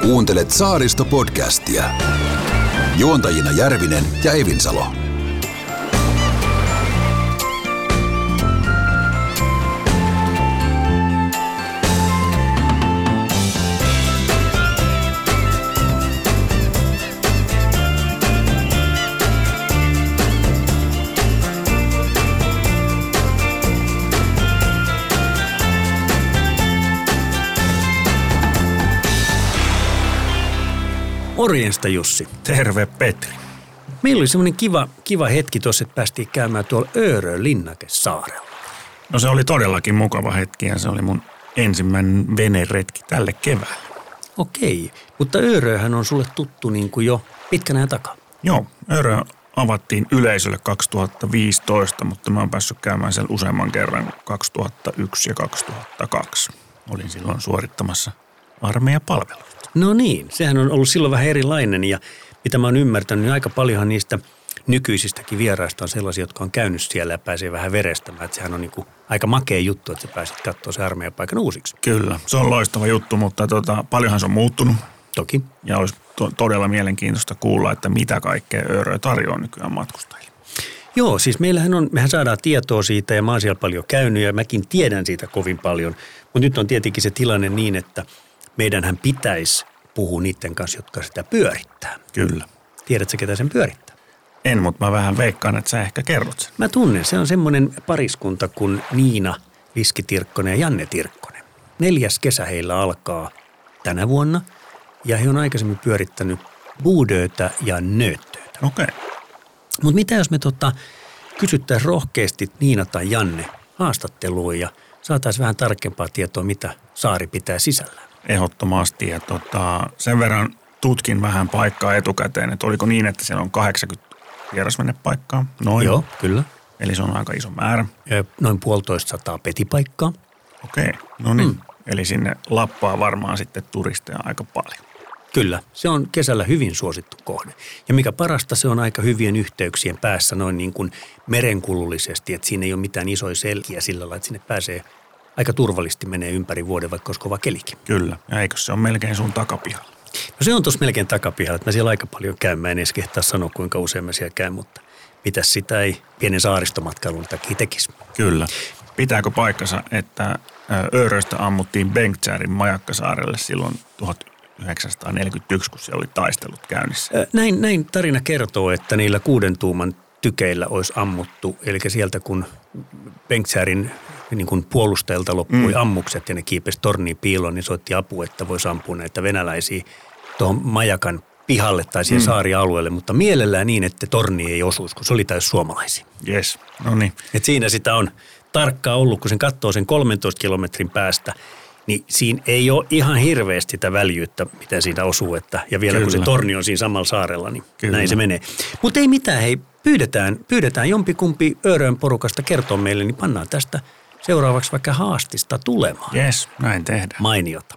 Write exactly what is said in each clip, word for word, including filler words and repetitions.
Kuuntelet Saaristo-podcastia. Juontajina Järvinen ja Evinsalo. Morjesta Jussi. Terve Petri. Meillä oli semmoinen kiva, kiva hetki tuossa, että päästiin käymään tuolla Öörön Linnakesaarella. No se oli todellakin mukava hetki ja se oli mun ensimmäinen veneretki tälle keväälle. Okei, mutta Ööröhän on sulle tuttu niin kuin jo pitkän ajan takaa. Joo, Öörö avattiin yleisölle kaksituhattaviisitoista, mutta mä oon päässyt käymään siellä useamman kerran kaksituhattayksi ja kaksituhattakaksi. Olin silloin suorittamassa armeijapalvelua. No niin, sehän on ollut silloin vähän erilainen ja mitä mä oon ymmärtänyt, niin aika paljonhan niistä nykyisistäkin vieraista on sellaisia, jotka on käynyt siellä ja pääsee vähän verestämään. Että sehän on niin kuin aika makea juttu, että sä pääsit katsoa se armeijapaikan uusiksi. Kyllä, se on loistava juttu, mutta tota, paljonhan se on muuttunut. Toki. Ja olisi to- todella mielenkiintoista kuulla, että mitä kaikkea Öörö tarjoaa nykyään matkustajille. Joo, siis meillähän on, mehän saadaan tietoa siitä ja mä oon siellä paljon käynyt ja mäkin tiedän siitä kovin paljon. Mutta nyt on tietenkin se tilanne niin, että meidänhän pitäisi puhua niiden kanssa, jotka sitä pyörittää. Kyllä. Tiedätkö, ketä sen pyörittää? En, mutta mä vähän veikkaan, että sä ehkä kerrot sen. Mä tunnen. Se on semmoinen pariskunta kuin Niina Viski-Tirkkonen ja Janne Tirkkonen. Neljäs kesä heillä alkaa tänä vuonna ja he on aikaisemmin pyörittänyt Bodötä ja Nöttöötä. Okei. Okay. Mutta mitä jos me tota, kysyttäisiin rohkeasti Niina tai Janne haastatteluun ja saataisiin vähän tarkempaa tietoa, mitä saari pitää sisällään? Ehdottomasti ja tota, sen verran tutkin vähän paikkaa etukäteen, että oliko niin, että siellä on kahdeksankymmentä vierasvenepaikkaa. Noin. Joo, kyllä. Eli se on aika iso määrä. Ja noin puolitoista sataa petipaikkaa. Okei, no niin. Mm. Eli sinne lappaa varmaan sitten turisteja aika paljon. Kyllä, se on kesällä hyvin suosittu kohde. Ja mikä parasta, se on aika hyvien yhteyksien päässä noin niin kuin merenkulullisesti, että siinä ei ole mitään isoja selkiä sillä lailla, että sinne pääsee aika turvallisesti menee ympäri vuoden, vaikka olisi kova kelikin. Kyllä, ja eikö se ole melkein sun takapihalla? No se on tuossa melkein takapihalla, että mä siellä aika paljon käyn. Mä en edes kehtaa sanoa, kuinka usein mä siellä käyn, mutta mitäs sitä ei pienen saaristomatkailun takia tekisi. Kyllä. Pitääkö paikkansa, että Ööröstä ammuttiin Bengtsäärin Majakkasaarelle silloin tuhatyhdeksänsataaneljäkymmentäyksi, kun siellä oli taistelut käynnissä? Näin, näin tarina kertoo, että niillä kuuden tuuman tykeillä olisi ammuttu, eli sieltä kun Bengtsäärin niin kuin puolustajilta loppui mm. ammukset ja ne kiipesi torniin piiloon, niin soitti apu, että voisi ampua näitä venäläisiä tuohon majakan pihalle tai siihen mm. saarialueelle, mutta mielellään niin, että torni ei osuisi, kun se oli täys suomalaisia. Jes, no niin. Et siinä sitä on tarkkaa ollut, kun sen katsoo sen kolmentoista kilometrin päästä, niin siinä ei ole ihan hirveästi sitä väljyyttä, mitä siinä osuu. Että, ja vielä Kyllä. kun se torni on siinä samalla saarella, niin Kyllä. näin se menee. Mutta ei mitään, hei, pyydetään, pyydetään jompikumpi Öörön porukasta kertoa meille, niin pannaan tästä seuraavaksi vaikka haastista tulemaan. Jes, näin tehdään. Mainiota.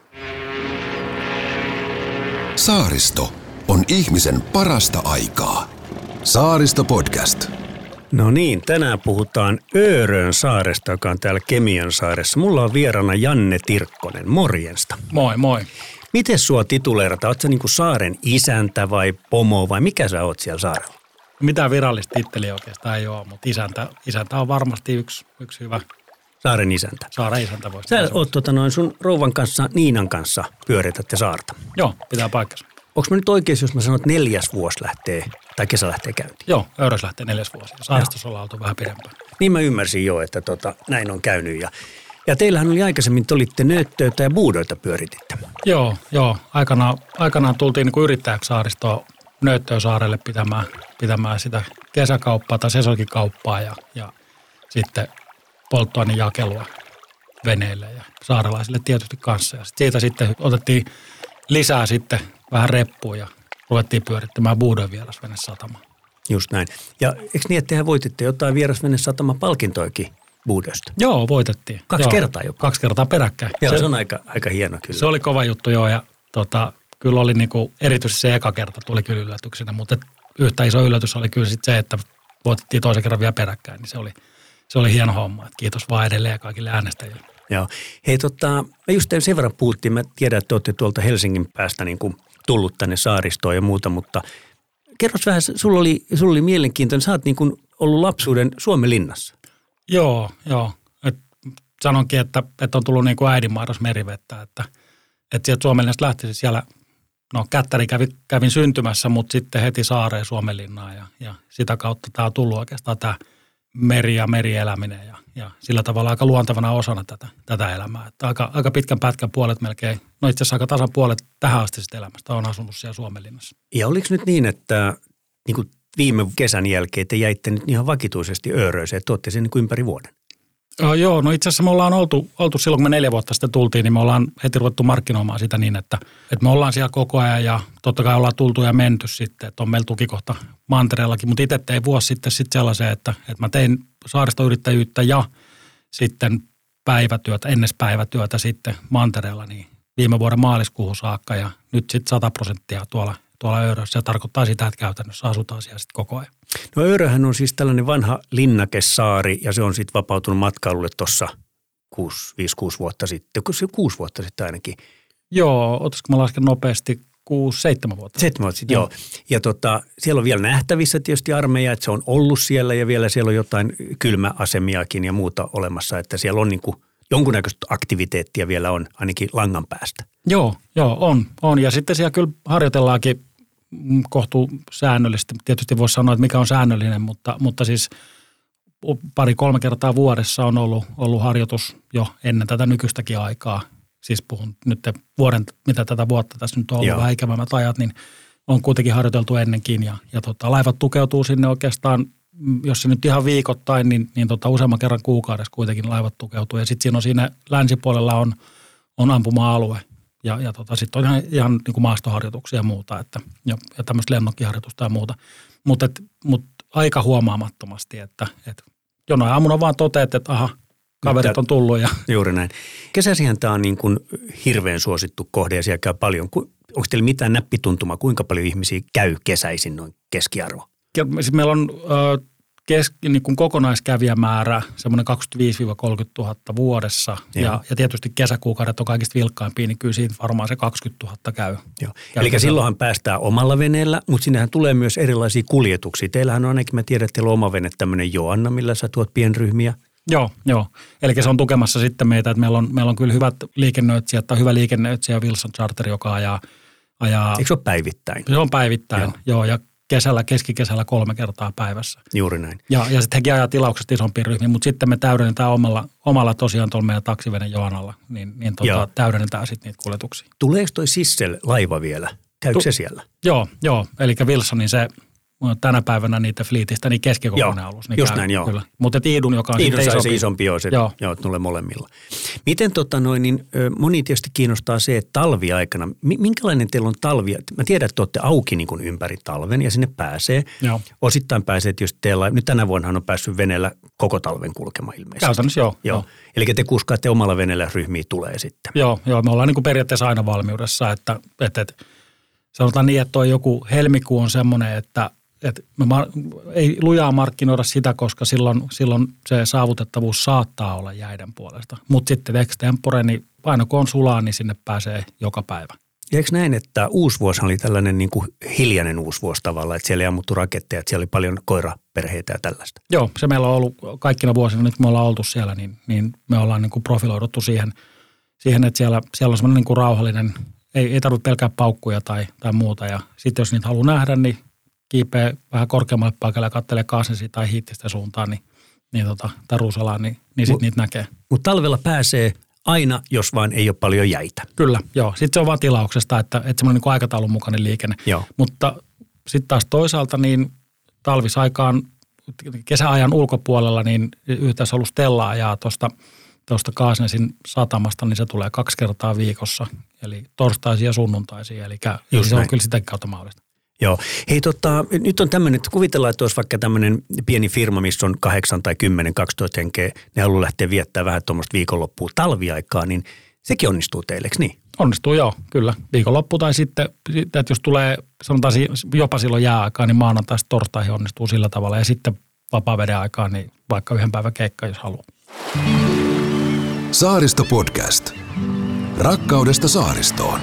Saaristo on ihmisen parasta aikaa. Saaristo-podcast. No niin, tänään puhutaan Öörön saaresta, joka on täällä Kemian saaressa. Mulla on vieraana Janne Tirkkonen. Morjensta. Moi, moi. Miten sua tituleerataan? Ootko sä niinku saaren isäntä vai pomo vai mikä sä oot siellä saarella? Mitään virallista titteliä oikeastaan ei ole, mutta isäntä, isäntä on varmasti yksi, yksi hyvä. Saaren isäntä. Saaren isäntä voisi. Sä oot tota noin sun rouvan kanssa, Niinan kanssa pyöritätte saarta. Joo, pitää paikkansa. Onko mä nyt oikeassa, jos mä sanon, että neljäs vuosi lähtee, tai kesä lähtee käyntiin? Joo, Öörös lähtee neljäs vuosi. Saaristossa ollaan oltu vähän pidempään. Niin mä ymmärsin jo, että tota, näin on käynyt. Ja, ja teillähän oli aikaisemmin, te olitte Nöttöötä ja Bodötä pyörititte. Joo, joo. Aikanaan, aikanaan tultiin niin kuin yrittäjäksi saaristoon Nöttöösaarelle pitämään, pitämään sitä kesäkauppaa tai sesonkikauppaa ja, ja sitten polttoainejakelua veneille ja saarelaisille tietysti kanssa. Ja sit siitä sitten otettiin lisää sitten vähän reppuun ja ruvettiin pyörittämään Bodön vierasvenesatamaa. Just näin. Ja eikö niin, että tehän voititte jotain vierasvenesatama-palkintoikin Bodöstä? Joo, voitettiin. Kaksi joo, kertaa jopa? Kaksi kertaa peräkkäin. Joo, se, se on aika, aika hieno kyllä. Se oli kova juttu joo ja tota, kyllä oli niinku, erityisesti se eka kerta tuli kyllä yllätyksenä, mutta yhtä iso yllätys oli kyllä sitten se, että voitettiin toisen kerran vielä peräkkäin, niin se oli, se oli hieno homma. Et kiitos vaan edelleen kaikille äänestäjille. Joo. Hei tota, me just sen verran puhuttiin, mä tiedän, että te olette tuolta Helsingin päästä niin kuin tullut tänne saaristoon ja muuta, mutta kerros vähän, sulla oli, sulla oli mielenkiintoinen, sä oot niin kuin ollut lapsuuden Suomenlinnassa. Joo, joo. Et sanonkin, että, että on tullut niin kuin äidinmaidos merivettä, että, että sieltä Suomenlinnasta lähti siellä, no Kättäri kävi, kävin syntymässä, mutta sitten heti saareen Suomenlinnaan ja, ja sitä kautta tämä on tullut oikeastaan tämä meri ja merieläminen ja, ja sillä tavalla aika luontevana osana tätä, tätä elämää. Että aika, aika pitkän pätkän puolet melkein, no itse asiassa aika tasan puolet tähän astisesta elämästä on asunut siellä Suomenlinnassa. Ja oliko nyt niin, että niin kuin viime kesän jälkeen te jäitte nyt ihan vakituisesti Ööröiseen, että olette sen niin kuin ympäri vuoden? Oh, joo, no itse asiassa me ollaan oltu, oltu silloin, kun me neljä vuotta sitten tultiin, niin me ollaan heti ruvettu markkinoimaan sitä niin, että, että me ollaan siellä koko ajan ja totta kai ollaan tultu ja menty sitten, että on meillä tukikohta mantereellakin, mutta itse tein vuosi sitten sitten sellaisen, että, että mä tein saaristoyrittäjyyttä ja sitten päivätyötä, ennespäivätyötä sitten mantereella niin viime vuoden maaliskuuhun saakka ja nyt sitten sata prosenttia tuolla, tuolla Öörössä. Se tarkoittaa sitä, että käytännössä asutaan siellä sitten koko ajan. No Ööröhän on siis tällainen vanha linnakesaari ja se on sitten vapautunut matkailulle tuossa viisi kuusi vuotta sitten, kuusi vuotta sitten ainakin. Joo, otaisiko mä lasken nopeasti kuusi, seitsemän vuotta. Seitsemän vuotta sitten, joo. joo. Ja tota, siellä on vielä nähtävissä tietysti armeija, että se on ollut siellä ja vielä siellä on jotain kylmäasemiakin ja muuta olemassa, että siellä on niin kuin jonkunnäköistä aktiviteettia vielä on ainakin langan päästä. Joo, joo, on, on. Ja sitten siellä kyllä harjoitellaankin kohtuu säännöllisesti. Tietysti voisi sanoa, että mikä on säännöllinen, mutta, mutta siis pari-kolme kertaa vuodessa on ollut, ollut harjoitus jo ennen tätä nykyistäkin aikaa. Siis puhun nyt vuoden, mitä tätä vuotta tässä nyt on ollut vähän ikävämmät ajat, niin on kuitenkin harjoiteltu ennenkin. Ja, ja tota, laivat tukeutuu sinne oikeastaan, jos se nyt ihan viikoittain, niin, niin tota, useamman kerran kuukaudessa kuitenkin laivat tukeutuu. Ja sitten siinä on siinä länsipuolella on, on ampuma-alue. Ja, ja tota, sitten on ihan, ihan niin kuin maastoharjoituksia ja muuta, että, ja, ja tämmöistä lennokkiharjoitusta ja muuta. Mutta mut aika huomaamattomasti, että et jonain aamuna vaan toteat, että aha, kaverit on tullut. Ja. Juuri näin. Kesäisihän tämä on niin kuin hirveän suosittu kohde ja siellä käy paljon. Onko teillä mitään näppituntumaa, kuinka paljon ihmisiä käy kesäisin noin keskiarvo? Meillä on äh, kes, niin kuin kokonaiskävijämäärä semmoinen kaksikymmentäviisi kolmekymmentätuhatta vuodessa ja, ja tietysti kesäkuukaudet on kaikista vilkkaimpia, niin kyllä siitä varmaan se kaksikymmentätuhatta käy. Joo. Eli kesällä. Silloinhan päästään omalla veneellä, mutta sinnehän tulee myös erilaisia kuljetuksia. Teillähän on ainakin, mä tiedän, että teillä on oma vene tämmöinen Joanna, millä sä tuot pienryhmiä. Joo, joo. Eli se on tukemassa sitten meitä, että meillä on, meillä on kyllä hyvät liikennöitsijät tai hyvä liikennöitsijä Wilson Charter, joka ajaa, ajaa. Eikö se ole päivittäin? Se on päivittäin, joo, joo ja kesällä, keskikesällä kolme kertaa päivässä. Juuri näin. Ja, ja sitten hekin ajaa tilauksesta isompiin ryhmiin, mutta sitten me täydennetään omalla, omalla tosiaan tuolla meidän taksiveden Joanalla, niin, niin tuota, täydennetään sitten niitä kuljetuksia. Tuleeko toi Sissel-laiva vielä? Käykö se siellä? Joo, joo. Eli Wilsonin se tänä päivänä niitä fliitistä niin keskikokoinen alus. Niin just käy, näin, joo. Kyllä. Mutta Iidun, joka on Iidun sitten isompi. isompi, joo, se, joo. joo tulee molemmilla. Miten tota noin, niin moni tietysti kiinnostaa se, että talviaikana, minkälainen teillä on talvi? Mä tiedän, että te olette auki niin kuin ympäri talven ja sinne pääsee. Joo. Osittain pääsee tietysti teillä, nyt tänä vuonna on päässyt veneellä koko talven kulkemaan ilmeisesti. Käytännössä joo. joo. joo. Eli te kuskaatte omalla veneellä ryhmiä tulee sitten. Joo, joo me ollaan niin kuin periaatteessa aina valmiudessa, että, että, että sanotaan niin, että toi joku helmikuu on semmoinen, että että me ei lujaa markkinoida sitä, koska silloin, silloin se saavutettavuus saattaa olla jäiden puolesta. Mutta sitten extempore, niin aina kun on sulaa, niin sinne pääsee joka päivä. Ja eikö näin, että uusvuosi oli tällainen niin kuin hiljainen uusvuosi tavallaan, että siellä ei ammuttu raketteja, että siellä oli paljon koiraperheitä ja tällaista? Joo, se meillä on ollut kaikkina vuosina, nyt kun me ollaan oltu siellä, niin, niin me ollaan niin kuin profiloiduttu siihen, siihen, että siellä, siellä on semmoinen niin kuin rauhallinen, ei, ei tarvitse pelkää paukkuja tai, tai muuta. Ja sitten jos niitä haluaa nähdä, niin kiipeä vähän korkeammalle paikalle ja katselee Kaasnesi tai Hiittistä suuntaan, niin, niin tota, Tarusalaan, niin, niin sitten niitä näkee. Mutta talvella pääsee aina, jos vaan ei ole paljon jäitä. Kyllä, joo. Sitten se on vaan tilauksesta, että, että semmoinen niin aikataulun mukainen liikenne. Joo. Mutta sitten taas toisaalta niin talvisaikaan kesäajan ulkopuolella niin yhteisalus Stella ajaa tuosta tuosta Kaasnesin satamasta, niin se tulee kaksi kertaa viikossa, eli torstaisin ja sunnuntaisin, eli se on kyllä sitäkin kautta mahdollista. Joo. Hei tota, nyt on tämmöinen, että kuvitellaan, että olisi vaikka tämmöinen pieni firma, missä on kahdeksan tai kymmenen, kaksitoista henkeä, ne haluaa lähteä viettää vähän tuommoista viikonloppua talviaikaa, niin sekin onnistuu teille, eikö niin? Onnistuu, joo, kyllä. Viikonloppu tai sitten, että jos tulee, sanotaan jopa silloin jääaikaa, niin maanantaista torstaihin onnistuu sillä tavalla ja sitten vapaa-veden aikaa, niin vaikka yhden päivän keikka, jos haluaa. Saaristo Podcast. Rakkaudesta saaristoon.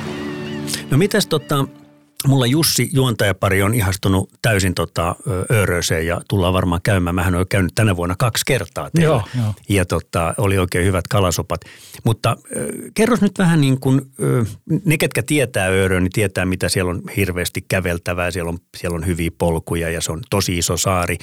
No mitäs tota, mulla Jussi juontajapari on ihastunut täysin tota Öröseen ja tullaan varmaan käymään. Mähän olen käynyt tänä vuonna kaksi kertaa teillä. Joo, joo. Ja tota, oli oikein hyvät kalasopat. Mutta äh, kerros nyt vähän niin kuin, äh, ne ketkä tietää Örön, niin tietää mitä siellä on hirveästi käveltävää. Siellä on, siellä on hyviä polkuja ja se on tosi iso saari.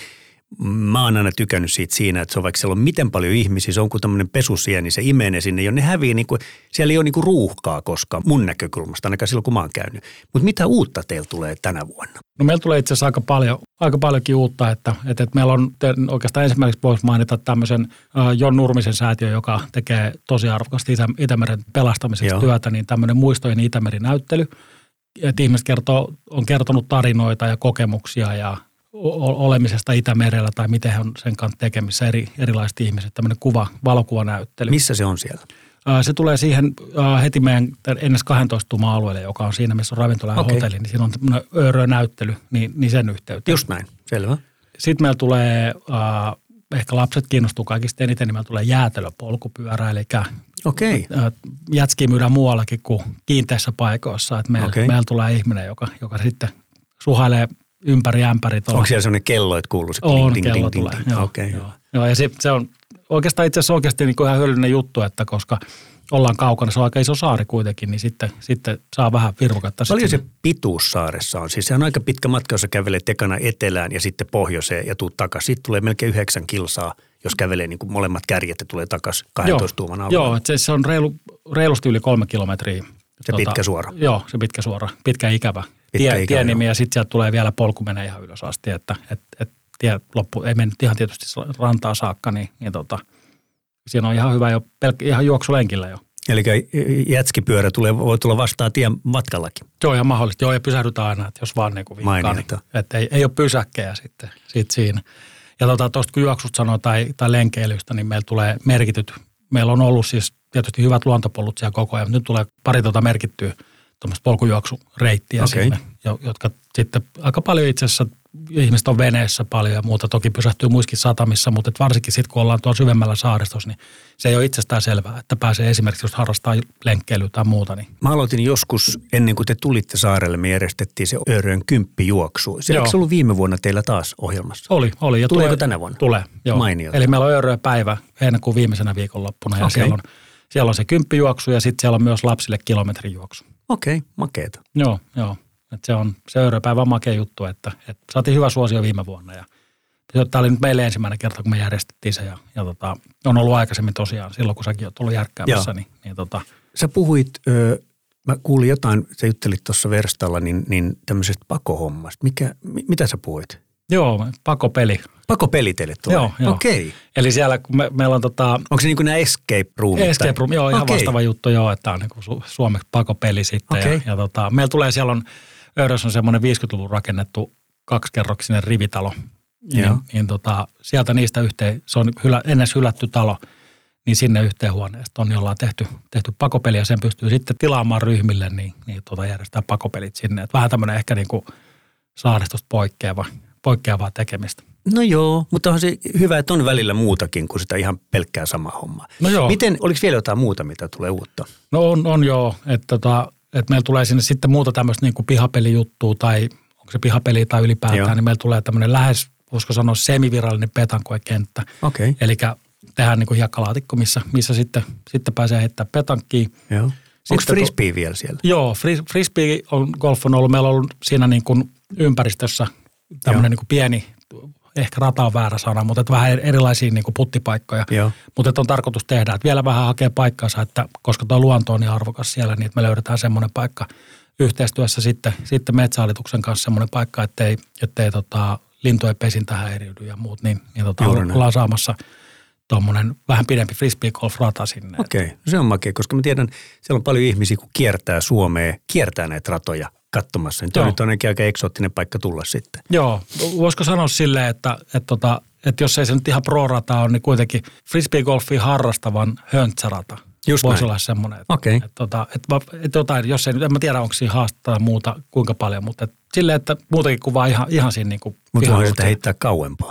Mä oon aina tykännyt siitä siinä, että se on vaikka siellä on miten paljon ihmisiä, se on kuin tämmöinen pesusieni, se imenee sinne, ja ne hävii, niin kuin, siellä ei ole niin kuin ruuhkaa koskaan mun näkökulmasta, ainakaan silloin kun mä oon käynyt. Mutta mitä uutta teillä tulee tänä vuonna? No meillä tulee itse asiassa aika, paljon, aika paljonkin uutta, että, että, että meillä on oikeastaan ensimmäiseksi voisi mainita tämmöisen äh, Jon Nurmisen säätiö, joka tekee tosi arvokasta Itä, Itämeren pelastamiseksi Joo. työtä, niin tämmöinen muistojen Itämeri-näyttely, että ihmiset kertoo, on kertonut tarinoita ja kokemuksia ja olemisesta Itämerellä tai miten he on sen kanssa tekemissä eri, erilaiset ihmiset, tämmöinen kuva, valokuvanäyttely. Missä se on siellä? Se tulee siihen heti meidän ennäs kaksitoista tuuman alueelle, joka on siinä, missä on ravintola ja okay. hotelli, niin siinä on tämmöinen Örö-näyttely, niin, niin sen yhteyteen. Just näin, selvä. Sitten meillä tulee, äh, ehkä lapset kiinnostuu kaikista eniten, niin meillä tulee jäätelöpolkupyörä, eli okay. äh, jätskiä myydään muuallakin kuin kiinteissä paikoissa. Että meillä, okay. meillä tulee ihminen, joka, joka sitten suhailee ympäri ämpäri. Onko siellä sellainen kello, että kuuluu se on, ding, kello ding, tulee. ding, ding. Joo, okay. joo. joo, ja se, se on oikeastaan itse asiassa oikeasti niin kuin ihan hyödyllinen juttu, että koska ollaan kaukana, se on aika iso saari kuitenkin, niin sitten, sitten saa vähän virvokattaa. Paljon se pituus saaressa on? Siis se on aika pitkä matka, jos sä kävelet ekana etelään ja sitten pohjoiseen ja tuut takaisin. Sitten tulee melkein yhdeksän kilsaa, jos kävelee niin kuin molemmat kärjet ja tulee takaisin kaksitoista tuuman alueelle. Joo, se, se on reilu, reilusti yli kolme kilometriä. Se tota, pitkä suora. Joo, se pitkä suora, pitkä ikävä. Pitkä tie, ikävä tienimi ja sitten sieltä tulee vielä polku menee ihan ylös asti, että et, et tie loppu, ei mennyt ihan tietysti rantaa saakka, niin, niin tota, siinä on ihan hyvä jo, pelk, ihan juoksulenkillä jo. Eli jätskipyörä tulee, voi tulla vastaan tien matkallakin. Joo, ihan mahdollista. Joo, ja pysähdytään aina, että jos vaan niin kuin vinkkaa, niin, että ei, ei ole pysäkkejä sitten, sitten siinä. Ja tuosta tota, kun juoksusta sanoo tai, tai lenkeilystä, niin meillä tulee merkityt. Meillä on ollut siis tietysti hyvät luontopollut siellä koko ajan, mutta nyt tulee pari tuota merkittyä tuommoista polkujuoksureittiä okay. sinne, jotka sitten aika paljon itse asiassa ihmiset on veneessä paljon ja muuta. Toki pysähtyy muissakin satamissa, mutta varsinkin sitten kun ollaan tuolla syvemmällä saaristossa, niin se ei ole itsestään selvää, että pääsee esimerkiksi just harrastaa lenkkeilyä tai muuta. Niin. Mä aloitin joskus, ennen kuin te tulitte saarelle, me järjestettiin se Örön kymppijuoksu. Se eikö se ollut viime vuonna teillä taas ohjelmassa? Oli, oli. Ja Tuleeko tulee, tänä vuonna? Tulee, joo. Mainiota. Eli meillä on Örön päivä heinäkuun viimeisenä viikonloppuna ja okay. siellä, on, siellä on se kymppijuoksu ja sitten siellä on myös lapsille kilometrijuoksu. Okei, okay, makeeta. Joo, joo. Et se on se Öröpäivä makea juttu, että, että saatiin hyvä suosio viime vuonna. Ja tämä oli nyt meille ensimmäinen kerta, kun me järjestettiin se. Ja, ja tota, on ollut aikaisemmin tosiaan, silloin kun säkin olet ollut järkkäämässä. Niin, niin tota. Sä puhuit, ö, mä kuulin jotain, sä juttelit tuossa Verstalla, niin, niin tämmöisestä pakohommasta. Mikä, mitä sä puhuit? Joo, pakopeli. Pakopeli teille tulee? Joo, joo. Okei. Okay. Eli siellä kun me, meillä on tota... Onko se niin kuin nämä escape roomit? Escape room, joo, ihan okay. vastaava juttu, joo, että on niin kuin su- suomeksi pakopeli sitten. Okay. Ja, ja tota, meillä tulee, siellä on, Örössä on semmoinen viisikymmentäluvun rakennettu kaksikerroksinen rivitalo. Niin, niin tota, sieltä niistä yhteen, se on hylä, ennäs hylätty talo, niin sinne yhteen huoneesta on jollain tehty, tehty pakopeli ja sen pystyy sitten tilaamaan ryhmille, niin, niin tota, järjestää pakopelit sinne. Et vähän tämmöinen ehkä niin kuin saaristosta poikkeava, poikkeavaa tekemistä. No joo, mutta on se hyvä, että on välillä muutakin kuin sitä ihan pelkkää samaa hommaa. No joo. Miten, oliko vielä jotain muuta, mitä tulee uutta? No on, on joo, että tota, et meillä tulee sinne sitten muuta tämmöistä niin kuin pihapelijuttua tai onko se pihapeli tai ylipäätään, joo. niin meillä tulee tämmöinen lähes, voisiko sanoa semivirallinen petankoekenttä. Okei. Eli tehdään niin kuin hiekkalaatikko, missä, missä sitten, sitten pääsee heittämään petankkiin. Joo. Onko frisbee vielä siellä? Joo, fris, frisbee on, golf on ollut, meillä on ollut siinä niin kuin ympäristössä tämmöinen niin kuin pieni, ehkä rata on väärä sana, mutta että vähän erilaisia niin kuin puttipaikkoja. Joo. Mutta että on tarkoitus tehdä, että vielä vähän hakee paikkaansa, että koska tuo luonto on niin arvokas siellä, niin että me löydetään semmoinen paikka yhteistyössä sitten, sitten Metsähallituksen kanssa semmoinen paikka, ettei, ettei tota, lintujen pesintä häiriydy ja muut, niin, niin tota, ollaan saamassa tuommoinen vähän pidempi frisbee-golf-rata sinne. Okei, okay. Se on makea, koska mä tiedän, siellä on paljon ihmisiä, kun kiertää Suomea, kiertää näitä ratoja katsomassa. Nyt on nyt ainakin aika eksoottinen paikka tulla sitten. Joo, voisiko sanoa silleen, että, että, että, että jos ei se nyt ihan pro-rata ole, niin kuitenkin frisbee-golfia harrastavan höntsärata. Just voisi näin. Olla semmoinen. Että, okay. että, että, että, että jotain, jos ei nyt, en mä tiedä, onko siinä haastaa muuta kuinka paljon, mutta että silleen, että muutakin kuin vaan ihan, ihan siinä niin kuin mutta voisi sitä heittää kauempaa.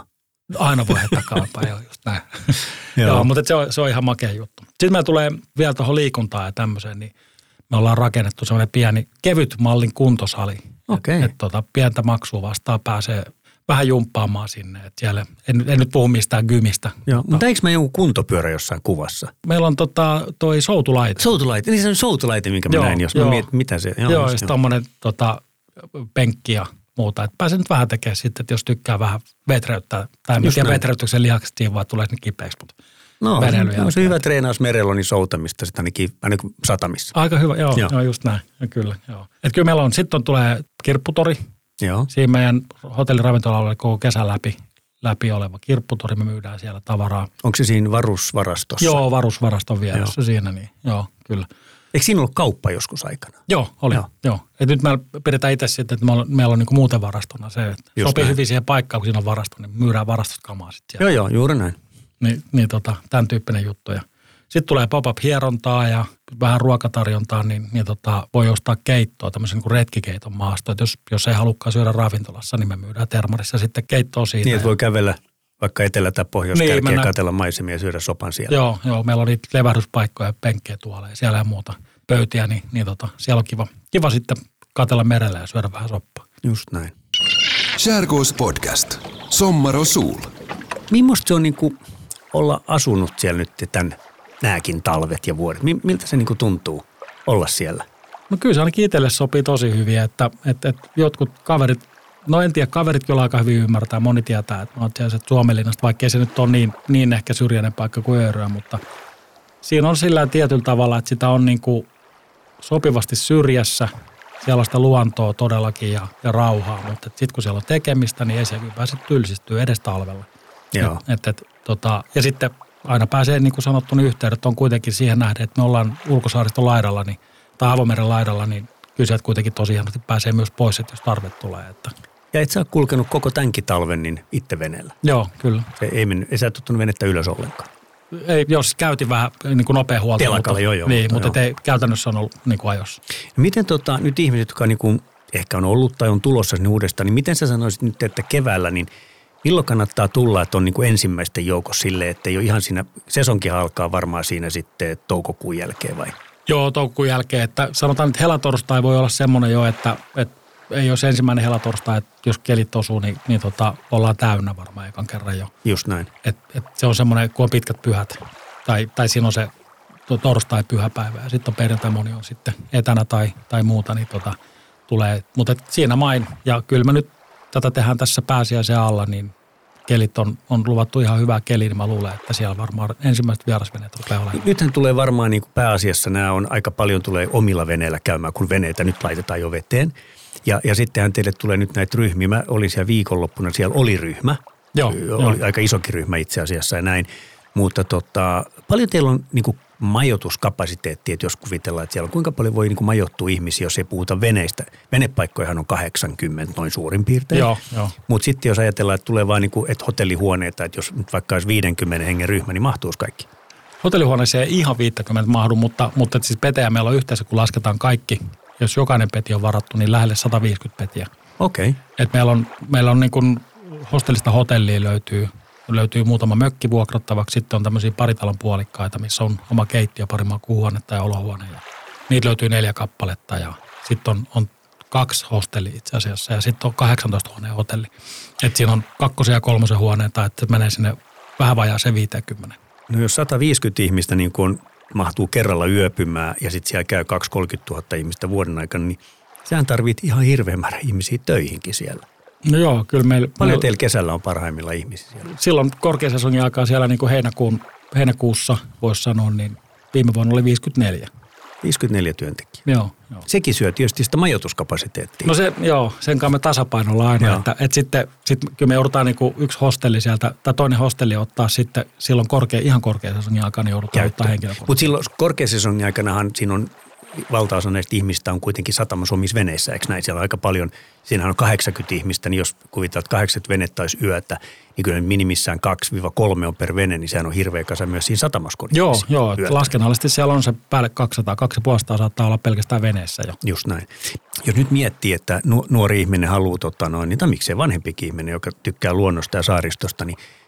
Aina voi heittää kalpaa, joo, just näin. Joo. Joo, mutta se on, se on ihan makea juttu. Sitten meillä tulee vielä tuohon liikuntaan ja tämmöiseen, niin me ollaan rakennettu semmoinen pieni kevyt mallin kuntosali. Okei. Että et, tota, pientä maksua vastaan pääsee vähän jumppaamaan sinne. Et siellä, en, en nyt puhu mistään gymistä. Joo, mutta eikö mä jonkun kuntopyörä jossain kuvassa? Meillä on tota, toi soutulaite. Soutulaite, niin se on soutulaite, minkä mä joo, näin, jos joo. mä mietin, mitä se... Joo, joo ja sitten tommoinen tota, penkki ja muuta. Että pääsee nyt vähän tekemään sitten, että jos tykkää vähän vetreyttää. Tai en tiedä vetreytyksen lihakset siihen vaan tulee sinne kipeäksi, mutta no, no se hyvä treenaus merellä, niin soutamista sitten ainakin, ainakin satamissa. Aika hyvä, joo, joo. joo just näin. Ja kyllä, joo. Että kyllä meillä on, sitten on, tulee kirpputori. Joo. Siinä meidän hotelliravintola-alueella koko kesän läpi, läpi oleva kirpputori, me myydään siellä tavaraa. Onko se siinä varusvarastossa? Joo, varusvaraston vieressä siinä, niin joo, kyllä. Eikö siinä ollut kauppa joskus aikana? Joo, oli. Joo. Joo. Et nyt me pidetään itse sitten, että meillä on, meillä on niin kuin muuten varastona se, että just sopii näin. Hyvin siihen paikkaan, kun siinä on varasto, niin myydään varastoskamaa sitten siellä. Joo, joo, juuri näin. Niin, niin tota, tämän tyyppinen juttu. Sitten tulee pop-up-hierontaa ja vähän ruokatarjontaa, niin, niin tota, voi ostaa keittoa, tämmöisen niin kuin retkikeiton maasto. Että jos, jos ei halukkaan syödä ravintolassa, niin me myydään termarissa sitten keittoa siinä. Niin, että voi kävellä vaikka etelä- tai pohjoiskärkeä niin, ja katsella maisemia ja syödä sopan siellä. Joo, joo, meillä on niitä levähdyspaikkoja, penkkejä tuolla ja siellä ja muuta pöytiä, niin, niin tota, siellä on kiva, kiva sitten katsella merellä ja syödä vähän soppaa. Just näin. Skärgårds podcast. Sommar och sol. Millaista se on niin kuin olla asunut siellä nyt tämän nääkin talvet ja vuodet? Miltä se niin kuin tuntuu olla siellä? No kyllä se ainakin itselle sopii tosi hyvin, että, että, että jotkut kaverit, no en tiedä, kaverit kyllä aika hyvin ymmärtää, moni tietää, että mä oon siellä Suomenlinnasta, vaikkei se nyt ole niin, niin ehkä syrjäinen paikka kuin Ööröä, mutta siinä on sillä tietyllä tavalla, että sitä on niin kuin sopivasti syrjässä, siellä on sitä luontoa todellakin ja, ja rauhaa, mutta sitten kun siellä on tekemistä, niin ei se kyllä pääse tylsistyä edes talvella. Joo. Et, et, tota, ja sitten aina pääsee, niin kuin sanottu, niin yhteydet on kuitenkin siihen nähden, että me ollaan Ulkosaariston laidalla niin, tai Avomeren laidalla, niin kyllä sieltä kuitenkin tosiaan pääsee myös pois, että jos tarve tulee. Että. Ja et sä ole kulkenut koko tämänkin talven niin itse veneellä? Joo, kyllä. Se ei mennyt, ei sä tuttunut venettä ylös ollenkaan? Ei, jos käytiin vähän niin kuin nopea huolta. Telakalla, joo, joo. Niin, mutta joo. Ei, käytännössä on ollut niin kuin ajossa. Miten tota, nyt ihmiset, jotka niin kuin ehkä on ollut tai on tulossa sinne uudestaan, niin miten sä sanoisit nyt, että keväällä, niin milloin kannattaa tulla, että on niin kuin ensimmäisten joukossa silleen, että ei ole ihan siinä, sesonkin alkaa varmaan siinä sitten toukokuun jälkeen vai? Joo, toukokuun jälkeen, että sanotaan, että helatorstai voi olla semmoinen jo, että, että ei ole semmoinen helatorstai, että jos kelit osuu, niin, niin tota, ollaan täynnä varmaan ekan kerran jo. Just näin. Et, et se on semmoinen, kun on pitkät pyhät, tai, tai siinä on se torstai pyhäpäivä, ja sitten on perjantai, moni on sitten etänä tai, tai muuta, niin tota, tulee. Mutta siinä main, ja kyllä me nyt tätä tehdään tässä pääsiäisen alla, niin kelit on, on luvattu ihan hyvää keli, niin mä luulen, että siellä varmaan ensimmäiset vierasveneet rupeaa olemaan. Nythän tulee varmaan niin kuin pääasiassa, nämä on aika paljon tulee omilla veneillä käymään, kun veneitä nyt laitetaan jo veteen. Ja, ja sittenhän teille tulee nyt näitä ryhmiä. Mä olin siellä viikonloppuna, siellä oli ryhmä. Joo, oli jo. aika isokin ryhmä itse asiassa ja näin. Mutta tota, paljon teillä on niin kuin majoituskapasiteetti, että jos kuvitellaan, että siellä on kuinka paljon voi niin kuin majoittua ihmisiä, jos ei puhuta veneistä. Venepaikkojahan on kahdeksankymmentä noin suurin piirtein. Joo, joo. Mutta sitten jos ajatellaan, että tulee vaan niin kuin, että hotellihuoneita, että jos nyt vaikka olisi viidenkymmenen hengen ryhmä, niin mahtuisi kaikki. Hotellihuoneeseen ei ihan viisikymmentä mahdu, mutta, mutta siis petejä meillä on yhteensä, kun lasketaan kaikki. Jos jokainen peti on varattu, niin lähelle sata viisikymmentä petiä. Okei. Okay. Et meillä on, meillä on niin kuin hostellista hotellia löytyy, löytyy muutama mökki vuokrattavaksi. Sitten on tämmöisiä paritalon puolikkaita, missä on oma keittiö, pari makuuhuonetta ja olohuone. Ja niitä löytyy neljä kappaletta ja sitten on, on kaksi hostellia itse asiassa ja sitten on kahdeksantoista huoneen hotelli. Että siinä on kakkosen ja kolmosen huoneita, että menee sinne vähän vajaa se viisikymmentä. No jos sata viisikymmentä ihmistä niin kun mahtuu kerralla yöpymään ja sitten siellä käy kaksikymmentä kolmekymmentätuhatta ihmistä vuoden aikana, niin sehän tarvitsee ihan hirveän määrä ihmisiä töihinkin siellä. No joo, kyllä meillä... Paljon meillä, teillä kesällä on parhaimmilla ihmisiä siellä? Silloin korkeasesongin aikaa siellä niin kuin heinäkuun, heinäkuussa, voisi sanoa, niin viime vuonna oli viisikymmentäneljä. viisikymmentäneljä työntekijää. Joo, joo. Sekin syö tietysti sitä majoituskapasiteettia. No se, joo, sen kanssa me tasapainolla aina, että, että sitten sit, kyllä me joudutaan niin kuin yksi hostelli sieltä, tai toinen hostelli ottaa sitten silloin korkea, ihan korkeasesongin aikaa, niin joudutaan Käyttö. ottaa henkilökuntaa. Mutta silloin korkeasesongin aikanahan siinä on valtaosa näistä ihmistä on kuitenkin satamassa omissa veneissä, eikö näin? Siellä on aika paljon, siinähän on kahdeksankymmentä ihmistä, niin jos kuvitellaan, että kahdeksankymmentä venettä olisi yötä, niin kyllä minimissään kaksi kolme on per vene, niin sehän on hirveä kasa myös siinä satamassa. Joo, joo, laskennallisesti siellä on se päälle kaksisataa, kaksisataaviisikymmentä saattaa olla pelkästään veneessä jo. Just näin. Jos nyt miettii, että nuori ihminen haluaa, tota noin, niin tai miksei vanhempikin ihminen, joka tykkää luonnosta ja saaristosta, niin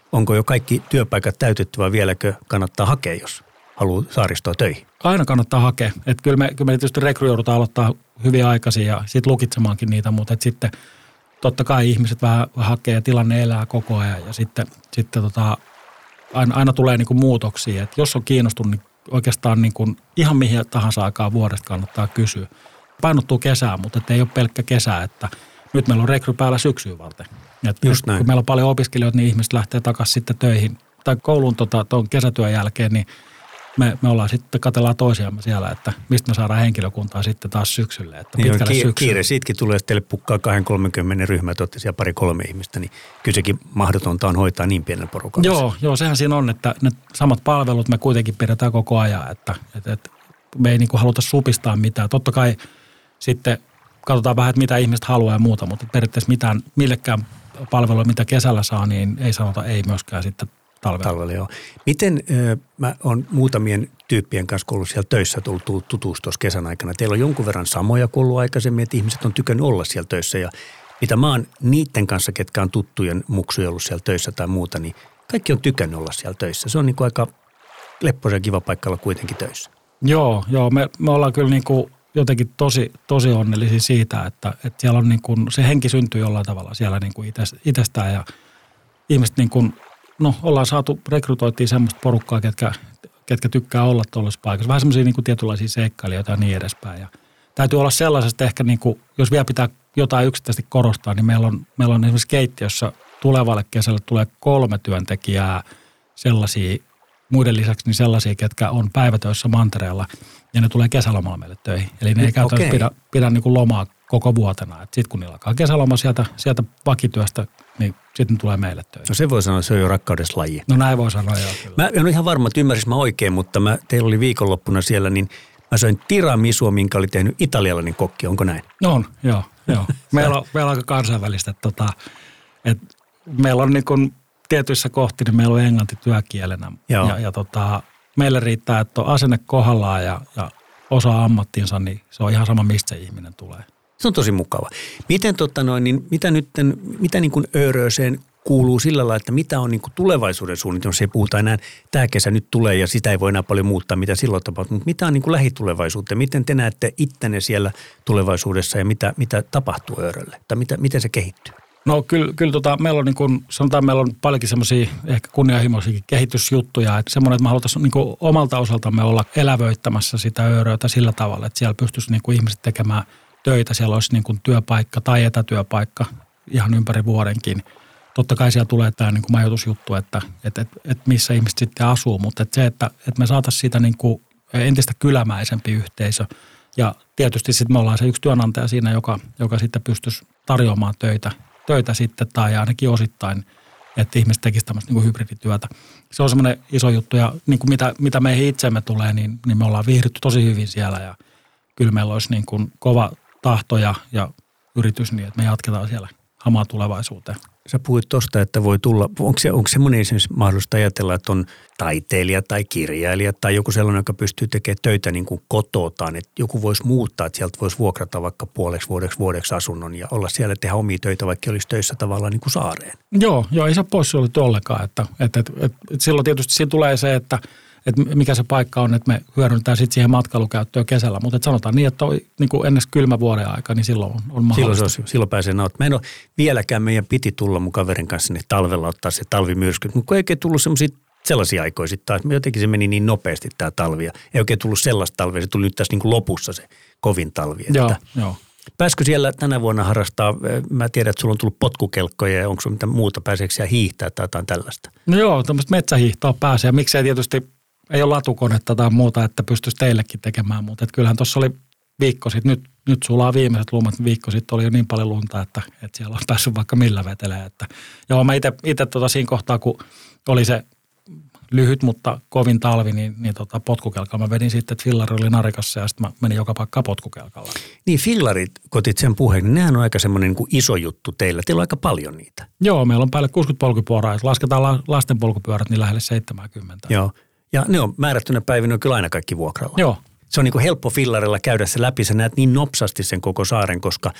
onko jo kaikki työpaikat täytetty vai vieläkö kannattaa hakea, jos haluaa saaristoa töihin? Aina kannattaa hakea. Että kyllä, me, kyllä me tietysti rekry joudutaan aloittaa hyvin aikaisin ja sitten lukitsemaankin niitä, mutta et sitten totta kai ihmiset vähän hakee ja tilanne elää koko ajan ja sitten, sitten tota, aina, aina tulee niinku muutoksia. Et jos on kiinnostunut, niin oikeastaan niinku ihan mihin tahansa aikaa vuodesta kannattaa kysyä. Painottuu kesään, mutta ei ole pelkkä kesä, että nyt meillä on rekry päällä syksyyn varten. Et Just näin. Kun meillä on paljon opiskelijoita, niin ihmiset lähtee takaisin sitten töihin tai kouluun tuon tota, kesätyön jälkeen, niin me, me ollaan sitten, katsellaan toisiamme siellä, että mistä me saadaan henkilökuntaa sitten taas syksylle. Että niin pitkälle kiire, syksylle. kiire siitäkin tulee, jos teille pukkaa kahden kolmenkymmenen ryhmää, että olette siellä pari kolme ihmistä, niin kyllä sekin mahdotonta on hoitaa niin pienellä porukalla. Joo, joo, sehän siinä on, että ne samat palvelut me kuitenkin pidetään koko ajan, että, että, että me ei niin kuin haluta supistaa mitään. Totta kai sitten katsotaan vähän, että mitä ihmiset haluaa ja muuta, mutta periaatteessa mitään, millekään palvelua, mitä kesällä saa, niin ei sanota ei myöskään sitten talvella. Talvella, joo. Miten, äh, mä oon muutamien tyyppien kanssa, kun ollut siellä töissä, tullut tutustua kesän aikana. Teillä on jonkun verran samoja kuin ollut aikaisemmin, että ihmiset on tykännyt olla siellä töissä. Ja mitä mä oon niiden kanssa, ketkä on tuttujen muksuja ollut siellä töissä tai muuta, niin kaikki on tykännyt olla siellä töissä. Se on niin kuin aika leppoisa ja kiva paikka olla kuitenkin töissä. Joo, joo. Me, me ollaan kyllä niin kuin jotenkin tosi, tosi onnellisia siitä, että, että siellä on niin kuin, se henki syntyy jollain tavalla siellä niin kuin itsestään ja ihmiset niin kuin, no ollaan saatu, rekrytoitiin semmoista porukkaa, ketkä, ketkä tykkää olla tuollaisessa paikassa. Vähän semmoisia niin kuin tietynlaisia seikkailijoita ja niin edespäin. Ja täytyy olla sellaisesta ehkä, niin kuin, jos vielä pitää jotain yksittäisesti korostaa, niin meillä on, meillä on esimerkiksi keittiössä tulevalle kesälle tulee kolme työntekijää sellaisia, muiden lisäksi niin sellaisia, ketkä on päivätöissä mantereella ja ne tulee kesälomalla meille töihin. Eli ne ei käytännössä okay. pidä, pidä niin kuin lomaa koko vuotena. Sitten kun niillä alkaa kesäloma sieltä, sieltä vakityöstä, niin sitten tulee meille töihin. No se voi sanoa, että se on jo rakkaudessa laji. No näin voi sanoa, joo. Kyllä. Mä en ole ihan varma, että ymmärsin mä oikein, mutta mä, teillä oli viikonloppuna siellä, niin mä söin tiramisua, minkä oli tehnyt italialainen kokki. Onko näin? No on, joo. joo. Meillä, on, meillä on aika kansainvälistä. Että, tota, että meillä on niin kuin tietyissä kohti, niin meillä on englanti työkielenä. Joo. Ja, ja tota, meille riittää, että on asenne kohdallaan ja, ja osaa ammattinsa, niin se on ihan sama, mistä se ihminen tulee. Se on tosi mukava. Miten tota noin, niin mitä nyt, mitä niin kuin Öröseen kuuluu sillä lailla, että mitä on niin kuin tulevaisuuden suunnitelma, jos ei puhuta enää, tämä kesä nyt tulee ja sitä ei voi enää paljon muuttaa, mitä silloin tapahtuu, mutta mitä on niin kuin lähitulevaisuutta, miten te näette ittenne siellä tulevaisuudessa ja mitä, mitä tapahtuu Örölle, tai mitä, miten se kehittyy? No kyllä, kyllä tota, meillä on niin kuin, sanotaan, meillä on paljonkin semmoisia ehkä kunnianhimoisia kehitysjuttuja, että semmoinen, että me haluttaisiin niin kuin omalta osaltamme olla elävöittämässä sitä Örötä sillä tavalla, että siellä pystyisi niin kuin ihmiset tekemään töitä, siellä olisi niin kuin työpaikka tai etätyöpaikka ihan ympäri vuodenkin. Totta kai siellä tulee tämä niin kuin majoitusjuttu, että, että, että, että missä ihmiset sitten asuu, mutta että se, että, että me saataisiin siitä niin kuin entistä kylämäisempi yhteisö. Ja tietysti sitten me ollaan se yksi työnantaja siinä, joka, joka sitten pystyisi tarjoamaan töitä, töitä sitten tai ainakin osittain, että ihmiset tekisivät tämmöistä niin kuin hybridityötä. Se on semmoinen iso juttu ja niin kuin mitä, mitä meihin itsemme tulee, niin, niin me ollaan viihdytty tosi hyvin siellä ja kyllä meillä olisi niin kuin kova tahto ja, ja yritys niin, että me jatketaan siellä hamaan tulevaisuuteen. Sä puhuit tuosta, että voi tulla, onko se, onko semmoinen esimerkiksi mahdollista ajatella, että on taiteilija tai kirjailija tai joku sellainen, joka pystyy tekemään töitä niin kuin kototaan, että joku voisi muuttaa, että sieltä voisi vuokrata vaikka puoleksi vuodeksi vuodeksi asunnon ja olla siellä tehdä omia töitä, vaikka olisi töissä tavallaan niin kuin saareen. Joo, joo, ei se pois ollut ollenkaan, että, että, että, että, että silloin tietysti siinä tulee se, että että mikä se paikka on, että me hyödynnetään sitten siihen matkailukäyttöön kesällä. Mutta sanotaan niin, että on, niin kuin ennen kylmä vuoden aika, niin silloin on, on mahdollista. Silloin, silloin pääsee nauttimaan. Mä en ole vieläkään, meidän piti tulla mun kaverin kanssa sinne talvella ottaa se talvimyrsky. Mutta kun ei oikein tullut sellaisia aikoja sitten taas. Jotenkin se meni niin nopeasti tämä talvi. Ja ei oikein tullut sellaista talvia. Se tuli nyt tässä niin kuin lopussa se kovin talvi. Joo, joo. Pääskö siellä tänä vuonna harrastaa, mä tiedän, että sulla on tullut potkukelkkoja ja onko sulla mitään muuta, pääseekö siellä hiihtää tai jotain tällaista? No joo, tämmöistä metsähiihtoa pääsee ja miksei tietysti, ei ole latukonetta tai muuta, että pystyisi teillekin tekemään, mutta että kyllähän tuossa oli viikko sitten, nyt, nyt sulaa viimeiset lumet, viikko sitten oli jo niin paljon lunta, että, että siellä on päässyt vaikka millä vetelee. Että, joo, mä itse tota siinä kohtaa, kun oli se lyhyt, mutta kovin talvi, niin, niin tota potkukelkalla mä vedin sitten, että fillari oli narikassa ja sitten mä menin joka paikkaan potkukelkalla. Niin fillarit, kun otit sen puheen, niin nehän on aika semmoinen niin kuin iso juttu teillä. Teillä on aika paljon niitä. Joo, meillä on päälle kuusikymmentä polkupyörää. Lasketaan la, lasten polkupyörät, niin lähelle seitsemänkymmentä. Joo, ja ne on määrättynä päivinä on kyllä aina kaikki vuokralla. Joo. Se on niin kuin helppo fillarilla käydä se läpi. Sä näet niin nopsasti sen koko saaren, koska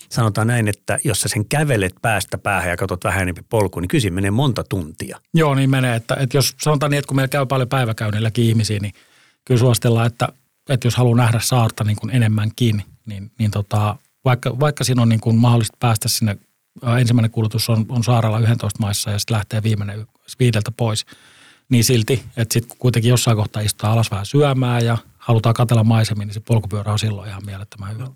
sanotaan näin, että jos sä sen kävelet päästä päähän ja katsot vähän enemmän polkuun, niin kyllä menee monta tuntia. Joo, niin menee. Että, että jos sanotaan niin, että kun meillä käy paljon päiväkäynnilläkin ihmisiä, niin kyllä suositellaan, että, että jos haluaa nähdä saarta niin kuin enemmänkin, niin, niin tota, vaikka, vaikka siinä on niin kuin mahdollista päästä sinne, ensimmäinen kuljetus on, on saarella yksitoista maissa ja sitten lähtee viimeinen viideltä pois, niin silti, että sitten kuitenkin jossain kohtaa istuu alas vähän syömään ja halutaan katsella maisemmin, niin se polkupyörä on silloin ihan mielettömän hyvä.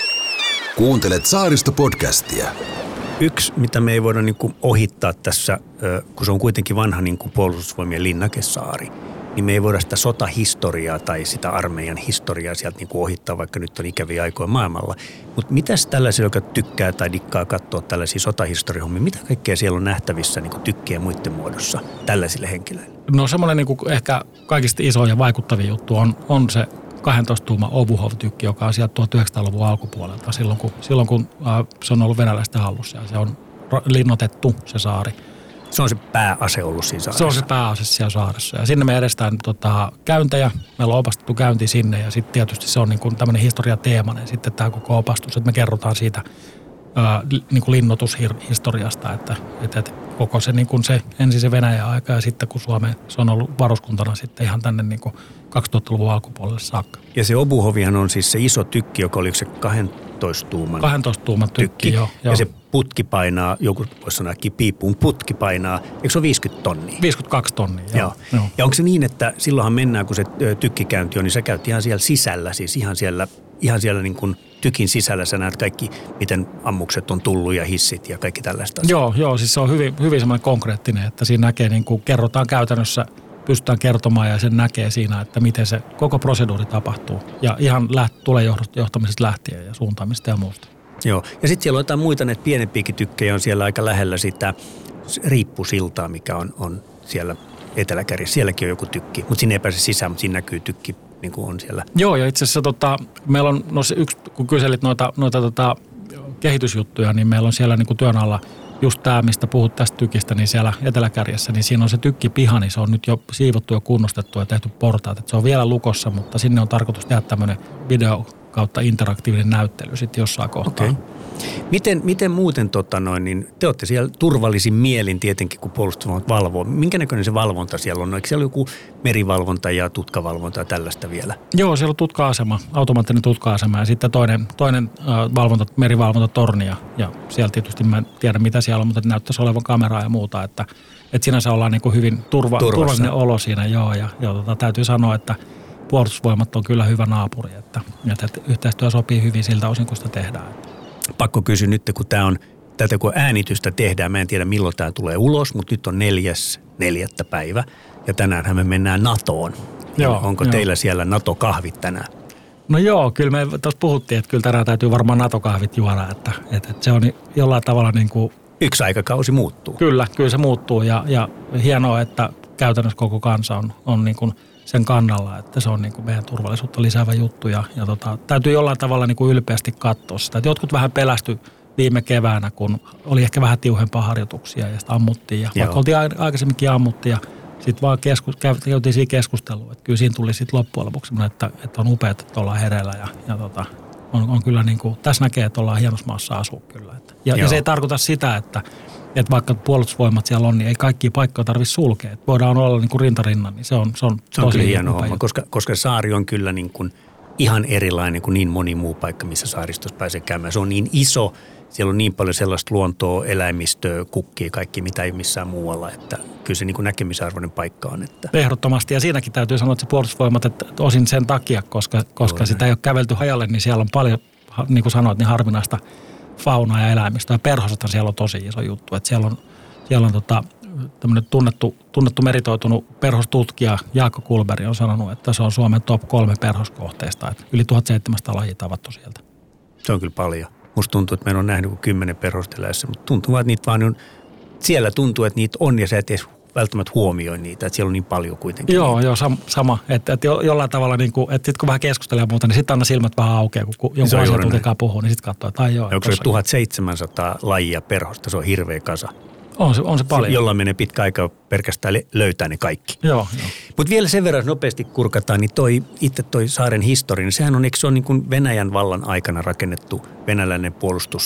Kuuntelet Saaristo-podcastia. Yksi, mitä me ei voida niin kuin ohittaa tässä, kun se on kuitenkin vanha niin kuin puolustusvoimien linnakesaari, niin me ei voida sitä sotahistoriaa tai sitä armeijan historiaa sieltä niin kuin ohittaa, vaikka nyt on ikäviä aikoja maailmalla. Mutta mitäs tällaisilla, jotka tykkää tai dikkaa katsoa tällaisia sotahistoriahommia, mitä kaikkea siellä on nähtävissä niin kuin tykkien muiden muodossa tällaisille henkilöille? No semmoinen niin kuin ehkä kaikista iso ja vaikuttavin juttu on, on se kahdentoista tuuman Obuhov-tykki, joka on sieltä tuhatyhdeksänsataaluvun alkupuolelta, silloin kun, silloin kun äh, se on ollut venäläisten hallussa ja se on linnoitettu se saari. Se on se pääase ollut siinä saaressa. Se on se pääase siellä saaressa ja sinne me edestään tota, käyntejä, meillä on opastettu käynti sinne ja sitten tietysti se on niin kuin tämmöinen historiateemainen sitten tämä koko opastus, että me kerrotaan siitä ää, niin kuin linnoitushistoriasta, että, että, että koko se, niin kuin se ensin se Venäjän aika ja sitten kun Suomeen se on ollut varuskuntana sitten ihan tänne niin kuin kaksituhattaluvun alkupuolelle saakka. Ja se Obuhovihan on siis se iso tykki, joka oli se kahdentoista tuuman kahdentoista tuuman tykki, tykki joo, ja joo. Se putki painaa, joku voisi sanoakin piipuun putki painaa, eikö se ole viisikymmentä tonnia? viisikymmentäkaksi tonnia, joo. joo. joo. Ja onko se niin, että silloinhan mennään, kun se tykkikäynti on, niin sä käyt ihan siellä sisällä, siis ihan siellä, ihan siellä niin kuin tykin sisällä sä näet kaikki, miten ammukset on tullut ja hissit ja kaikki tällaista asiaa. Joo, joo, siis se on hyvin, hyvin semmoinen konkreettinen, että siinä näkee niin kuin kerrotaan käytännössä, pystytään kertomaan ja sen näkee siinä, että miten se koko proseduuri tapahtuu. Ja ihan läht, tulee johtamisesta lähtien ja suuntaamista ja muusta. Joo, ja sitten siellä on jotain muita, näitä pienempiäkin tykkejä on siellä aika lähellä sitä riippusiltaa, mikä on, on siellä eteläkärjessä. Sielläkin on joku tykki, mutta sinne ei pääse sisään, mutta siinä näkyy tykki, niin kuin on siellä. Joo, ja itse asiassa tota, meillä on, no se yksi, kun kyselit noita, noita tota, kehitysjuttuja, niin meillä on siellä niin kuin työn alla just tämä, mistä puhut tästä tykistä, niin siellä eteläkärjessä, niin siinä on se tykkipiha, niin se on nyt jo siivottu ja kunnostettu ja tehty portaat. Et se on vielä lukossa, mutta sinne on tarkoitus tehdä tämmöinen video kautta interaktiivinen näyttely sitten jossain kohtaa. Okay. Miten, miten muuten, tota noin, niin te olette siellä turvallisin mielin tietenkin, kun puolustusvoimat valvoo. Minkä näköinen se valvonta siellä on? Eikö siellä ole joku merivalvonta ja tutkavalvonta ja tällaista vielä? Joo, siellä on tutka-asema, automaattinen tutka-asema ja sitten toinen, toinen äh, valvonta, merivalvontatorni ja, ja siellä tietysti mä en tiedä mitä siellä on, mutta näyttäisi olevan kameraa ja muuta, että, että sinänsä ollaan niin kuin hyvin turva, turvallinen olo siinä, joo, ja, ja tota, täytyy sanoa, että puolustusvoimat on kyllä hyvä naapuri, että, että yhteistyö sopii hyvin siltä osin, kun sitä tehdään. Pakko kysyä nyt, kun tämä on, tätä kun äänitystä tehdään, mä en tiedä milloin tämä tulee ulos, mutta nyt on neljäs, neljättä päivä ja tänäänhän me mennään NATOon. Joo, Onko joo. teillä siellä NATO-kahvit tänään? No joo, kyllä me tuossa puhuttiin, että kyllä tänään täytyy varmaan NATO-kahvit juoda, että, että se on jollain tavalla niin kuin... Yksi aikakausi muuttuu. Kyllä, kyllä se muuttuu ja, ja hienoa, että käytännössä koko kansa on, on niin kuin sen kannalla, että se on niin kuin meidän turvallisuutta lisäävä juttu ja, ja tota, täytyy jollain tavalla niin kuin ylpeästi katsoa sitä. Että jotkut vähän pelästy viime keväänä, kun oli ehkä vähän tiuhempaa harjoituksia ja sitä ammuttiin ja Joo. vaikka oltiin aikaisemminkin ammuttiin ja sitten vaan keskus, käytiin siinä keskustelua, että kyllä siinä tuli sitten loppujen lopuksi, että, että on upeaa, että ollaan hereillä ja, ja tota, on, on kyllä niin kuin, tässä näkee, että ollaan hienossa maassa asua kyllä. Että, ja, ja se ei tarkoita sitä, että että vaikka puolustusvoimat siellä on, niin ei kaikkia paikkoja tarvitse sulkea. Että voidaan olla niin kuin rintarinnan, niin se on, se on, se on tosi hieno homma, koska, koska saari on kyllä niin kuin ihan erilainen kuin niin moni muu paikka, missä saaristossa pääsee käymään. Se on niin iso, siellä on niin paljon sellaista luontoa, eläimistöä, kukkia, kaikki mitä ei missään muualla, että kyllä se niin kuin näkemisarvoinen paikka on. Että. Ehdottomasti, ja siinäkin täytyy sanoa, että se puolustusvoimat, että osin sen takia, koska, koska sitä ei ole kävelty hajalle, niin siellä on paljon, niin kuin sanoit, niin harvinaista faunaa ja eläimistä. Ja perhosethan siellä on tosi iso juttu. Että siellä on, siellä on tota, tämmöinen tunnettu, tunnettu meritoitunut perhostutkija Jaakko Kulberg on sanonut, että se on Suomen top kolme perhoskohteista. Että yli tuhatseitsemänsataa lajia tavattu sieltä. Se on kyllä paljon. Musta tuntuu, että meillä on nähnyt kuin kymmenen perhostelässä, mutta tuntuu, että niitä vaan on, siellä tuntuu, että niitä on ja sä et edes välttämättä huomioi niitä, että siellä on niin paljon kuitenkin. Joo, joo sama. Että, että jollain tavalla, niin kuin, että sitten kun vähän keskustelee muuta, niin sitten aina silmät vähän aukeaa, kun jonkun asiantuntijakaan puhuu, niin sitten katsoo, että ai joo. Onko se tuhatseitsemänsataa lajia perhosta, se on hirveä kasa. On se, on se paljon. Jollain menee pitkä aika pelkästään löytää ne kaikki. Joo, joo. Mutta vielä sen verran nopeasti kurkataan, niin toi, itse toi saaren historia, niin sehän on, eikö se on niin kuin Venäjän vallan aikana rakennettu venäläinen puolustus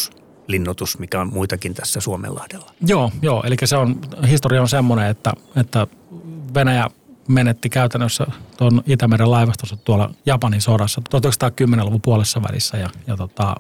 linnoitus, mikä on muitakin tässä Suomenlahdella. Joo, joo, eli se on, historia on semmoinen, että, että Venäjä menetti käytännössä tuon Itämeren laivastossa tuolla Japanin sodassa tuhatyhdeksänsataakymmentäluvun puolessa välissä ja, ja tota,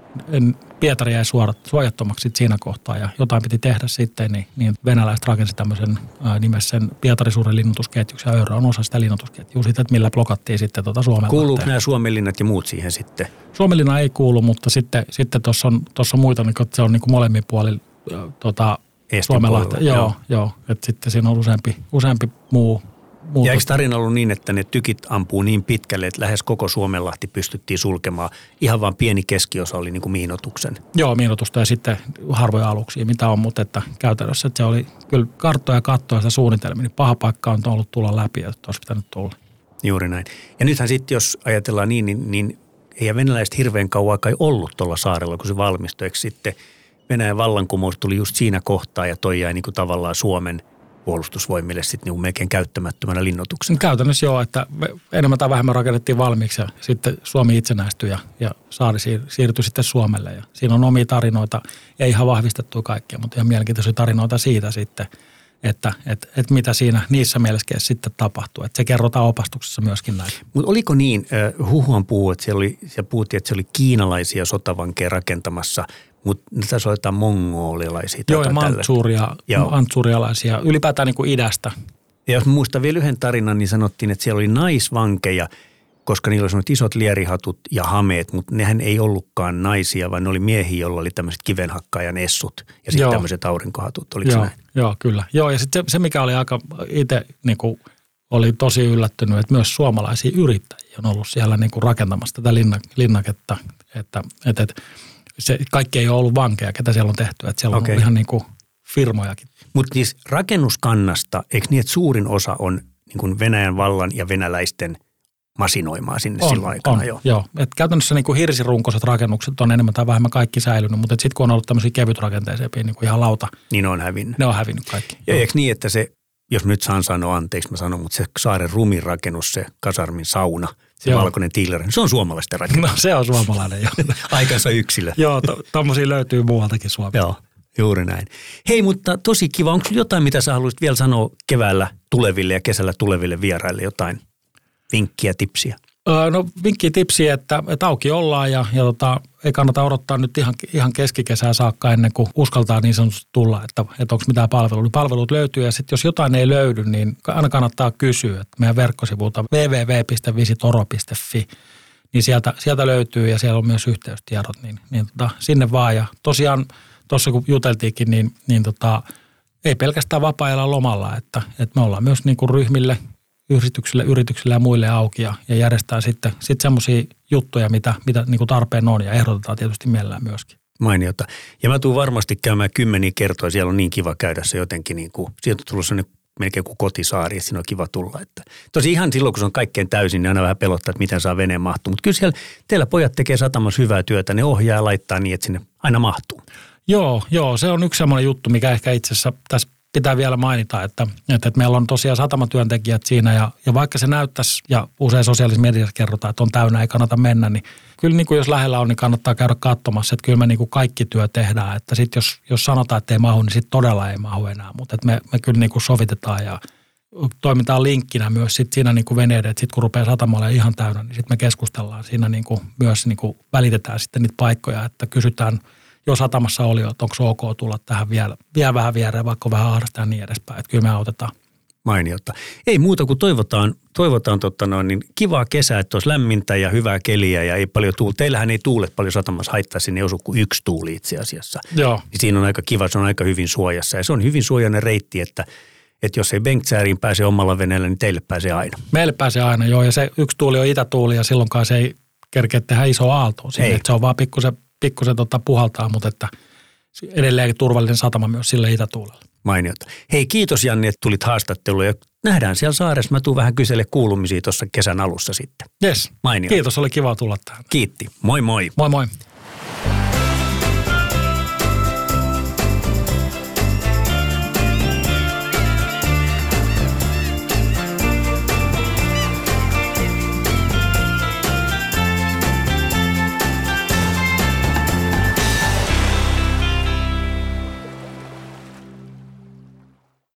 Pietari jäi suorat, suojattomaksi siinä kohtaa ja jotain piti tehdä sitten, niin, niin venäläiset rakensi tämmöisen ää, nimessä Pietarin suuren linnoitusketjuksi ja Öyrä on osa sitä linnoitusketjua siitä, että millä blokattiin sitten tuota Suomenlahteen. Kuuluuko nämä Suomenlinnat ja muut siihen sitten? Suomenlinna ei kuulu, mutta sitten sitten tuossa on, on muita, niin se on niin kuin molemmin puolin tuota, Suomenlahteen. Joo, joo, joo. Että sitten siinä on useampi, useampi muu. Muuta. Ja eikö tarina ollut niin, että ne tykit ampuu niin pitkälle, että lähes koko Suomenlahti pystyttiin sulkemaan? Ihan vaan pieni keskiosa oli niin kuin miinotuksen. Joo, miinotusta ja sitten harvoja aluksia, mitä on, mutta että käytännössä että se oli kyllä karttoja ja kattoja sitä suunnitelmia, niin paha paikka on ollut tulla läpi, että olisi pitänyt tulla. Juuri näin. Ja nythän sitten, jos ajatellaan niin, niin, niin ei venäläiset hirveän kauan kai ollut tuolla saarella, kun se valmistui. Eikö sitten Venäjän vallankumous tuli just siinä kohtaa ja toi jäi niin kuin tavallaan Suomen puolustusvoimille sitten niin melkein käyttämättömänä linnoituksena. Käytännössä joo, että enemmän tai vähemmän rakennettiin valmiiksi ja sitten Suomi itsenäistyi ja, ja saari siirtyi sitten Suomelle. Ja siinä on omia tarinoita, ei ihan vahvistettu kaikkea, mutta ihan mielenkiintoisia tarinoita siitä sitten, että et, et mitä siinä niissä mielessä sitten tapahtuu. Että se kerrotaan opastuksessa myöskin näin. Mutta oliko niin, äh, huhuan puhuu, että siellä, oli, siellä puhuttiin, että se oli kiinalaisia sotavankeja rakentamassa, mutta tässä on jotain mongolialaisia. Joo, ja mantsuuria, mantsurialaisia, ylipäätään niin kuin idästä. Ja jos muistan vielä yhden tarinan, niin sanottiin, että siellä oli naisvankeja, koska niillä oli sellaiset isot lierihatut ja hameet, mutta nehän ei ollutkaan naisia, vaan ne oli miehiä, joilla oli tämmöiset kivenhakkaajan essut ja sitten tämmöiset aurinkohatut. Oliko joo, näin? Joo, kyllä. Joo, ja sitten se, se, mikä oli aika itse niin kuin oli tosi yllättynyt, että myös suomalaisia yrittäjiä on ollut siellä niin kuin rakentamassa tätä linna, linnaketta, että, että, että se kaikki ei ole ollut vankeja, ketä siellä on tehty, että siellä on okay. ihan niin kuin firmojakin. Mutta siis rakennuskannasta, eikö niin, että suurin osa on niin kuin Venäjän vallan ja venäläisten masinoimaa sinne on, silloin aikana on, jo? Joo, että käytännössä niin kuin hirsirunkoiset rakennukset on enemmän tai vähemmän kaikki säilynyt, mutta sitten kun on ollut tämmöisiä kevytrakenteisempia, niin kuin ihan lauta. Niin ne on hävinnyt. Ne on hävinnyt kaikki. Ja eikö niin, että se, jos nyt saan sanoa, anteeksi mä sanon, mutta se saaren rumin rakennus, se kasarmin sauna, se joo. valkoinen tiileri, se on suomalaisten rakennus. No se on suomalainen, joo. Aikansa yksilö. Joo, to, tommosia löytyy muualtakin Suomessa. Joo, juuri näin. Hei, mutta tosi kiva. Onko jotain, mitä sä haluaisit vielä sanoa keväällä tuleville ja kesällä tuleville vieraille? Jotain vinkkiä, tipsiä? Öö, no vinkkiä, tipsiä, että, että auki ollaan ja, ja tota, ei kannata odottaa nyt ihan, ihan keskikesää saakka ennen kuin uskaltaa niin sanotusti tulla, että, että onko mitään palvelua. Palvelut löytyy ja sitten jos jotain ei löydy, niin aina kannattaa kysyä, että meidän verkkosivulta double-u double-u double-u piste visitoro piste fi, niin sieltä, sieltä löytyy ja siellä on myös yhteystiedot, niin, niin tota, sinne vaan. Ja tosiaan tuossa kun juteltiinkin, niin, niin tota, ei pelkästään vapaa-ajalla lomalla, että, että me ollaan myös niin kuin ryhmille, yrityksille, yrityksille ja muille auki ja, ja järjestää sitten sit semmoisia juttuja, mitä, mitä niin kuin tarpeen on ja ehdotetaan tietysti mielellään myöskin. Mainiota. Ja mä tuun varmasti käymään kymmeniä kertoja. Siellä on niin kiva käydä se jotenkin niin kuin, sieltä on tullut sellainen melkein kuin kotisaari, että siinä on kiva tulla. Että, tosi ihan silloin, kun se on kaikkein täysin, niin aina vähän pelottaa, että miten saa veneen mahtua. Mutta kyllä siellä teillä pojat tekee satamassa hyvää työtä. Ne ohjaa ja laittaa niin, että sinne aina mahtuu. Joo, joo. Se on yksi semmoinen juttu, mikä ehkä itse asiassa tässä pitää vielä mainita, että, että meillä on tosiaan satamatyöntekijät siinä ja, ja vaikka se näyttäisi ja usein sosiaalisessa mediassa kerrotaan, että on täynnä, ei kannata mennä, niin kyllä niin kuin jos lähellä on, niin kannattaa käydä katsomassa, että kyllä me niin kuin kaikki työ tehdään, että sitten jos, jos sanotaan, että ei mahu, niin sitten todella ei mahu enää, mutta että me, me kyllä niin kuin sovitetaan ja toimitaan linkkinä myös sit siinä niin kuin veneiden, että sitten kun rupeaa satamalle ihan täynnä, niin sitten me keskustellaan siinä niin kuin myös niin kuin välitetään sitten niitä paikkoja, että kysytään, jos satamassa oli, että onko ok tulla tähän vielä, vielä vähän viereen, vaikka vähän ahdasta ja niin edespäin. Että kyllä me autetaan. Mainiota. Ei muuta kuin toivotaan, toivotaan totta noin, niin kivaa kesää, että olisi lämmintä ja hyvää keliä ja ei paljon tuule. Teillähän ei tuulet paljon satamassa haittaa, sinne ei osu kuin yksi tuuli itse asiassa. Joo. Niin siinä on aika kiva, se on aika hyvin suojassa ja se on hyvin suojainen reitti, että, että jos ei Bengtsääriin pääse omalla veneellä, niin teille pääsee aina. Meille pääsee aina, joo, ja se yksi tuuli on itätuuli ja silloinkaan se ei kerkeä tehdä isoa aaltoa sinne, että se on vaan pikkusen pikkusen tota puhaltaa, mutta että edelleenkin turvallinen satama myös sille itätuulelle. Mainiota. Hei, kiitos Janni, että tulit haastatteluun ja nähdään siellä saaressa. Mä tuun vähän kyselle kuulumisia tuossa kesän alussa sitten. Jes. Mainiota. Kiitos, oli kiva tulla tähän. Kiitti. Moi moi. Moi moi.